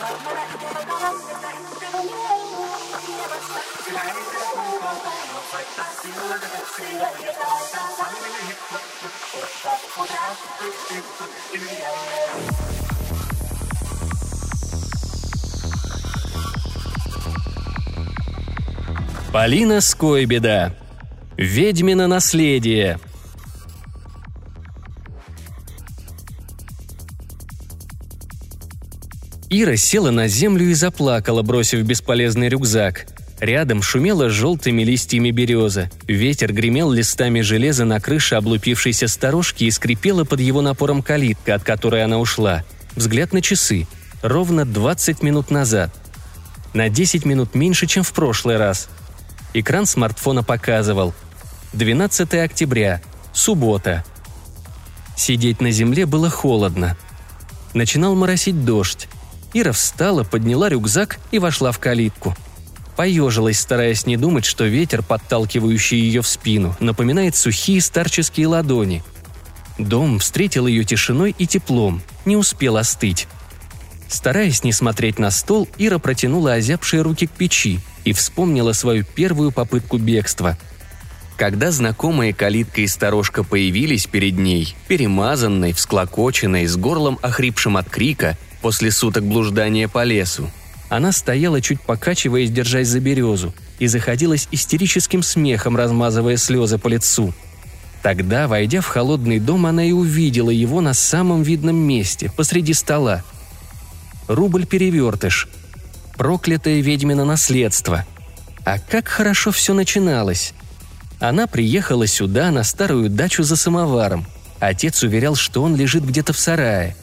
Полина Скойбеда. Ведьмино наследие. Ира села на землю и заплакала, бросив бесполезный рюкзак. Рядом шумела желтыми листьями береза. Ветер гремел листами железа на крыше облупившейся сторожки и скрипела под его напором калитка, от которой она ушла. Взгляд на часы. Ровно 20 минут назад. На 10 минут меньше, чем в прошлый раз. Экран смартфона показывал. 12 октября. Суббота. Сидеть на земле было холодно. Начинал моросить дождь. Ира встала, подняла рюкзак и вошла в калитку. Поежилась, стараясь не думать, что ветер, подталкивающий ее в спину, напоминает сухие старческие ладони. Дом встретил ее тишиной и теплом, не успел остыть. Стараясь не смотреть на стол, Ира протянула озябшие руки к печи и вспомнила свою первую попытку бегства. Когда знакомые калитка и сторожка появились перед ней, перемазанной, всклокоченной, с горлом охрипшим от крика, после суток блуждания по лесу, она стояла, чуть покачиваясь, держась за березу, и заходилась истерическим смехом, размазывая слезы по лицу. Тогда, войдя в холодный дом, она и увидела его на самом видном месте, посреди стола. Рубль-перевертыш. Проклятое ведьмино наследство. А как хорошо все начиналось. Она приехала сюда, на старую дачу за самоваром. Отец уверял, что он лежит где-то в сарае.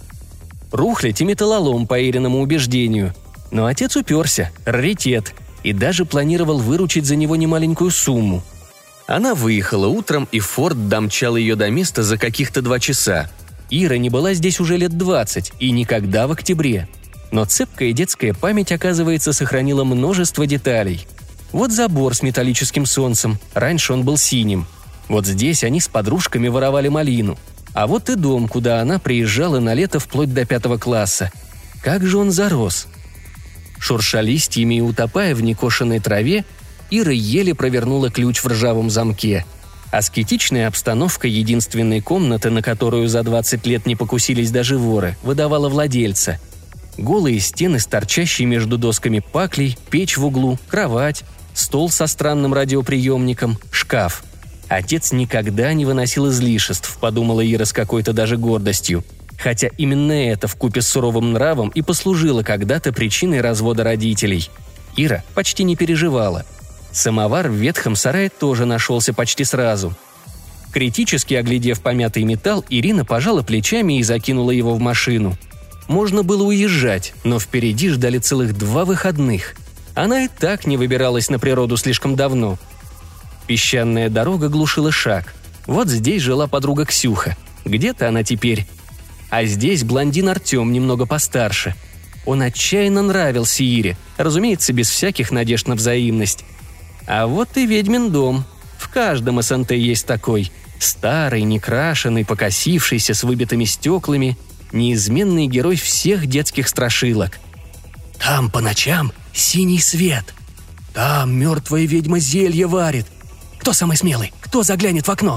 Рухлядь и металлолом, по Ириному убеждению. Но отец уперся, раритет, и даже планировал выручить за него немаленькую сумму. Она выехала утром, и Форд домчал ее до места за каких-то 2 часа. Ира не была здесь уже лет 20 и никогда в октябре. Но цепкая детская память, оказывается, сохранила множество деталей. Вот забор с металлическим солнцем, раньше он был синим. Вот здесь они с подружками воровали малину. А вот и дом, куда она приезжала на лето вплоть до 5 класса. Как же он зарос! Шурша листьями и утопая в некошенной траве, Ира еле провернула ключ в ржавом замке. Аскетичная обстановка единственной комнаты, на которую за 20 лет не покусились даже воры, выдавала владельца. Голые стены с торчащей между досками паклей, печь в углу, кровать, стол со странным радиоприемником, шкаф. Отец никогда не выносил излишеств, подумала Ира с какой-то даже гордостью. Хотя именно это вкупе с суровым нравом и послужило когда-то причиной развода родителей. Ира почти не переживала. Самовар в ветхом сарае тоже нашелся почти сразу. Критически оглядев помятый металл, Ирина пожала плечами и закинула его в машину. Можно было уезжать, но впереди ждали целых 2 выходных. Она и так не выбиралась на природу слишком давно. Песчаная дорога глушила шаг. Вот здесь жила подруга Ксюха. Где-то она теперь. А здесь блондин Артем, немного постарше. Он отчаянно нравился Ире, разумеется, без всяких надежд на взаимность. А вот и ведьмин дом. В каждом СНТ есть такой. Старый, некрашенный, покосившийся, с выбитыми стеклами. Неизменный герой всех детских страшилок. «Там по ночам синий свет. Там мертвая ведьма зелье варит. Кто самый смелый? Кто заглянет в окно?»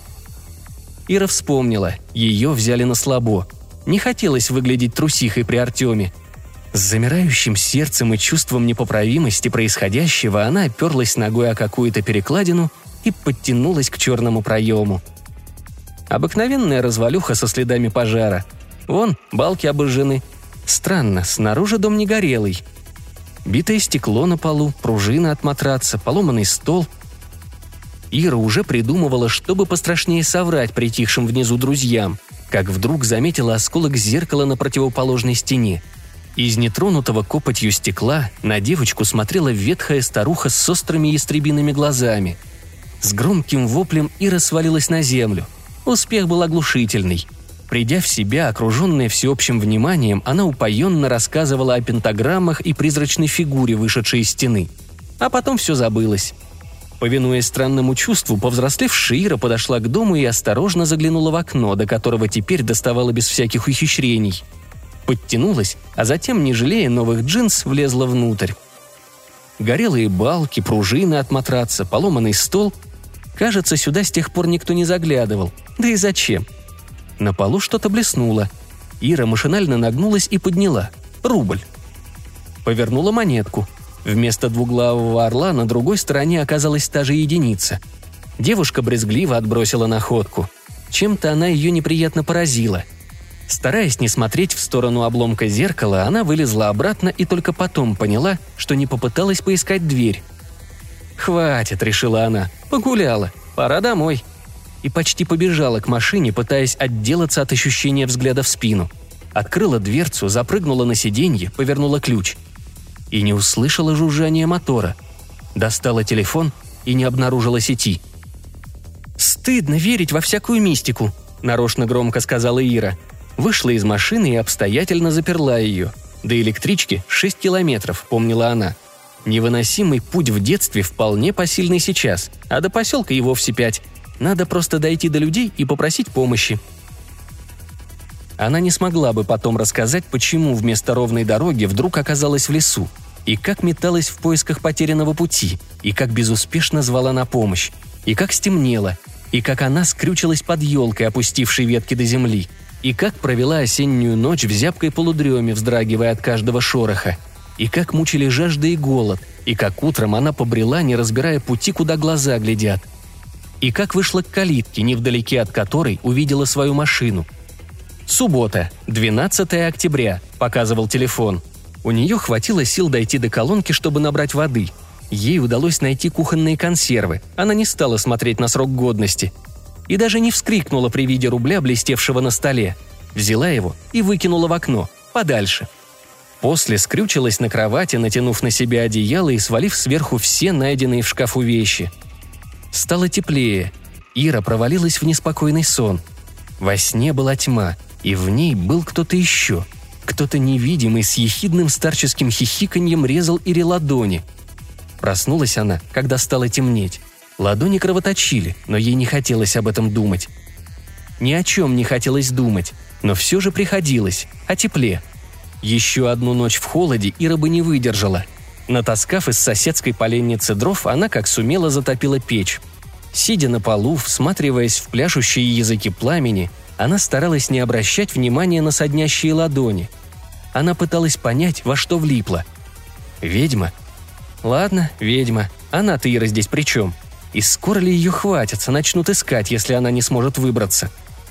Ира вспомнила. Ее взяли на слабо. Не хотелось выглядеть трусихой при Артеме. С замирающим сердцем и чувством непоправимости происходящего она оперлась ногой о какую-то перекладину и подтянулась к черному проему. Обыкновенная развалюха со следами пожара. Вон, балки обожжены. Странно, снаружи дом не горелый. Битое стекло на полу, пружина от матраца, поломанный стол. Ира уже придумывала, чтобы пострашнее соврать притихшим внизу друзьям, как вдруг заметила осколок зеркала на противоположной стене. Из нетронутого копотью стекла на девочку смотрела ветхая старуха с острыми ястребиными глазами. С громким воплем Ира свалилась на землю. Успех был оглушительный. Придя в себя, окруженная всеобщим вниманием, она упоенно рассказывала о пентаграммах и призрачной фигуре, вышедшей из стены. А потом все забылось. Повинуясь странному чувству, повзрослевшая Ира подошла к дому и осторожно заглянула в окно, до которого теперь доставала без всяких ухищрений. подтянулась, а затем, не жалея новых джинс, влезла внутрь. Горелые балки, пружины от матраца, поломанный стол. Кажется, сюда с тех пор никто не заглядывал. Да и зачем? На полу что-то блеснуло. Ира машинально нагнулась и подняла. Рубль. Повернула монетку. Вместо двуглавого орла на другой стороне оказалась та же единица. Девушка брезгливо отбросила находку. Чем-то она ее неприятно поразила. Стараясь не смотреть в сторону обломка зеркала, она вылезла обратно и только потом поняла, что не попыталась поискать дверь. «Хватит», — решила она, — «погуляла, пора домой». И почти побежала к машине, пытаясь отделаться от ощущения взгляда в спину. Открыла дверцу, запрыгнула на сиденье, повернула ключ. И не услышала жужжания мотора. Достала телефон и не обнаружила сети. «Стыдно верить во всякую мистику», – нарочно громко сказала Ира. Вышла из машины и обстоятельно заперла ее. До электрички 6 километров, помнила она. Невыносимый путь в детстве вполне посильный сейчас, а до поселка и вовсе 5. Надо просто дойти до людей и попросить помощи. Она не смогла бы потом рассказать, почему вместо ровной дороги вдруг оказалась в лесу, и как металась в поисках потерянного пути, и как безуспешно звала на помощь, и как стемнело, и как она скрючилась под елкой, опустившей ветки до земли, и как провела осеннюю ночь в зябкой полудреме, вздрагивая от каждого шороха, и как мучили жажда и голод, и как утром она побрела, не разбирая пути, куда глаза глядят, и как вышла к калитке, невдалеке от которой увидела свою машину. «Суббота, 12 октября», – показывал телефон. У нее хватило сил дойти до колонки, чтобы набрать воды. Ей удалось найти кухонные консервы, она не стала смотреть на срок годности. И даже не вскрикнула при виде рубля, блестевшего на столе. Взяла его и выкинула в окно, подальше. После скрючилась на кровати, натянув на себя одеяло и свалив сверху все найденные в шкафу вещи. Стало теплее. Ира провалилась в неспокойный сон. Во сне была тьма, и в ней был кто-то еще. Кто-то невидимый с ехидным старческим хихиканьем резал Ире ладони. Проснулась она, когда стало темнеть. Ладони кровоточили, но ей не хотелось об этом думать. Ни о чем не хотелось думать, но все же приходилось, о тепле. Еще одну ночь в холоде Ира бы не выдержала. Натаскав из соседской поленницы дров, она как сумела затопила печь. Сидя на полу, всматриваясь в пляшущие языки пламени, она старалась не обращать внимания на соднящие ладони. Она пыталась понять, во что влипла. Ведьма? Ладно, ведьма. Она-то, Ира, здесь при чем? И скоро ли ее хватится, начнут искать, если она не сможет выбраться?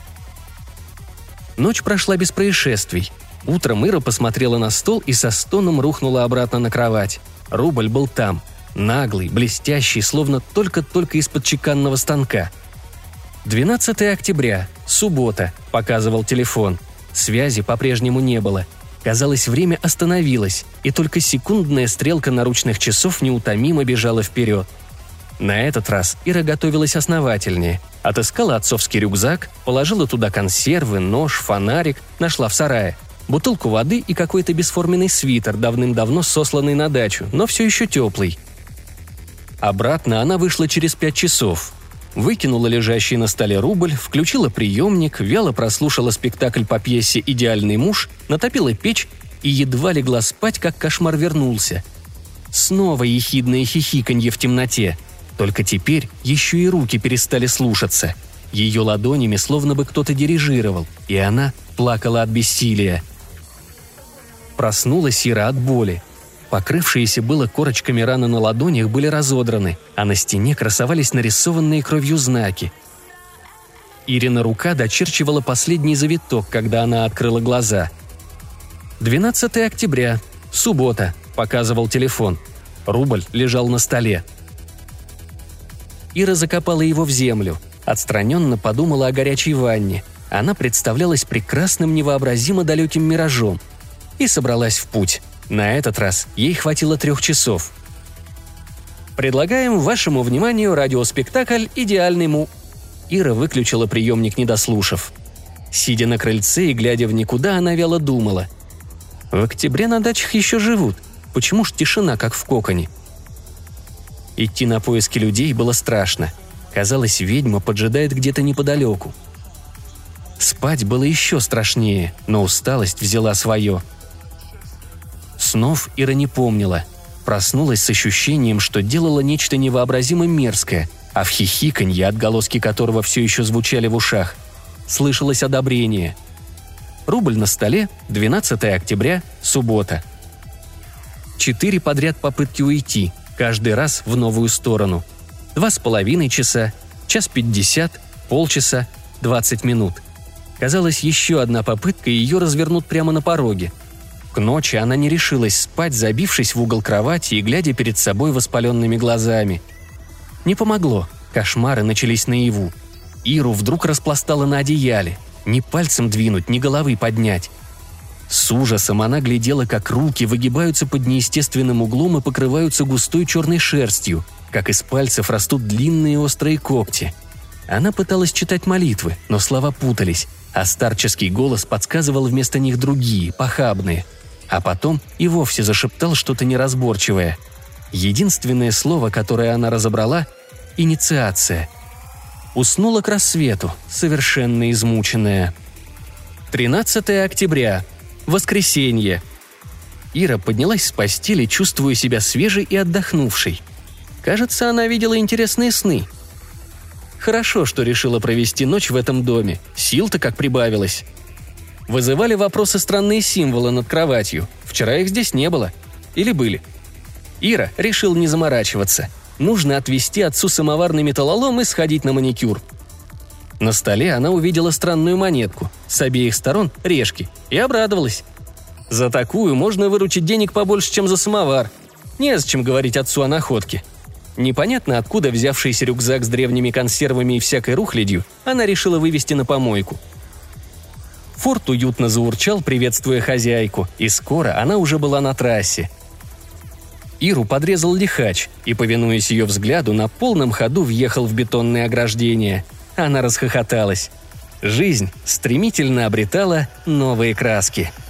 Ночь прошла без происшествий. Утром Ира посмотрела на стол и со стоном рухнула обратно на кровать. Рубль был там. Наглый, блестящий, словно только-только из-под чеканного станка. 12 октября, суббота, показывал телефон. Связи по-прежнему не было. Казалось, время остановилось, и только секундная стрелка наручных часов неутомимо бежала вперед. На этот раз Ира готовилась основательнее. Отыскала отцовский рюкзак, положила туда консервы, нож, фонарик, нашла в сарае. Бутылку воды и какой-то бесформенный свитер, давным-давно сосланный на дачу, но все еще теплый. Обратно она вышла через 5 часов. Выкинула лежащий на столе рубль, включила приемник, вяло прослушала спектакль по пьесе «Идеальный муж», натопила печь и едва легла спать, как кошмар вернулся. Снова ехидное хихиканье в темноте. Только теперь еще и руки перестали слушаться. Ее ладонями словно бы кто-то дирижировал, и она плакала от бессилия. Проснулась Ира от боли. Покрывшиеся было корочками раны на ладонях были разодраны, а на стене красовались нарисованные кровью знаки. Ирина рука дочерчивала последний завиток, когда она открыла глаза. 12 октября, суббота, показывал телефон. Рубль лежал на столе. Ира закопала его в землю. Отстраненно подумала о горячей ванне. Она представлялась прекрасным, невообразимо далеким миражом. И собралась в путь. На этот раз ей хватило 3 часов. Предлагаем вашему вниманию радиоспектакль «Идеальный му». Ира выключила приемник, не дослушав. Сидя на крыльце и глядя в никуда, она вяло думала. В октябре на дачах еще живут. Почему ж тишина, как в коконе? Идти на поиски людей было страшно. Казалось, ведьма поджидает где-то неподалеку. Спать было еще страшнее, но усталость взяла свое. Снов Ира не помнила. Проснулась с ощущением, что делала нечто невообразимо мерзкое, а в хихиканье, отголоски которого все еще звучали в ушах, слышалось одобрение. Рубль на столе, 12 октября, суббота. 4 подряд попытки уйти, каждый раз в новую сторону. 2,5 часа, 1:50, полчаса, 20 минут. Казалось, еще одна попытка, и ее развернут прямо на пороге. К ночи она не решилась спать, забившись в угол кровати и глядя перед собой воспаленными глазами. Не помогло, кошмары начались наяву. Иру вдруг распластала на одеяле. Ни пальцем двинуть, ни головы поднять. С ужасом она глядела, как руки выгибаются под неестественным углом и покрываются густой черной шерстью, как из пальцев растут длинные острые когти. Она пыталась читать молитвы, но слова путались, а старческий голос подсказывал вместо них другие, похабные. А потом и вовсе зашептал что-то неразборчивое. Единственное слово, которое она разобрала – инициация. Уснула к рассвету, совершенно измученная. 13 октября. Воскресенье. Ира поднялась с постели, чувствуя себя свежей и отдохнувшей. Кажется, она видела интересные сны. Хорошо, что решила провести ночь в этом доме. Сил-то как прибавилось. Вызывали вопросы странные символы над кроватью. Вчера их здесь не было. Или были? Ира решила не заморачиваться. Нужно отвезти отцу самоварный металлолом и сходить на маникюр. На столе она увидела странную монетку. С обеих сторон – решки. И обрадовалась. За такую можно выручить денег побольше, чем за самовар. Незачем говорить отцу о находке. Непонятно откуда взявшийся рюкзак с древними консервами и всякой рухлядью она решила вывести на помойку. Форд уютно заурчал, приветствуя хозяйку, и скоро она уже была на трассе. Иру подрезал лихач и, повинуясь ее взгляду, на полном ходу въехал в бетонное ограждение. Она расхохоталась. Жизнь стремительно обретала новые краски.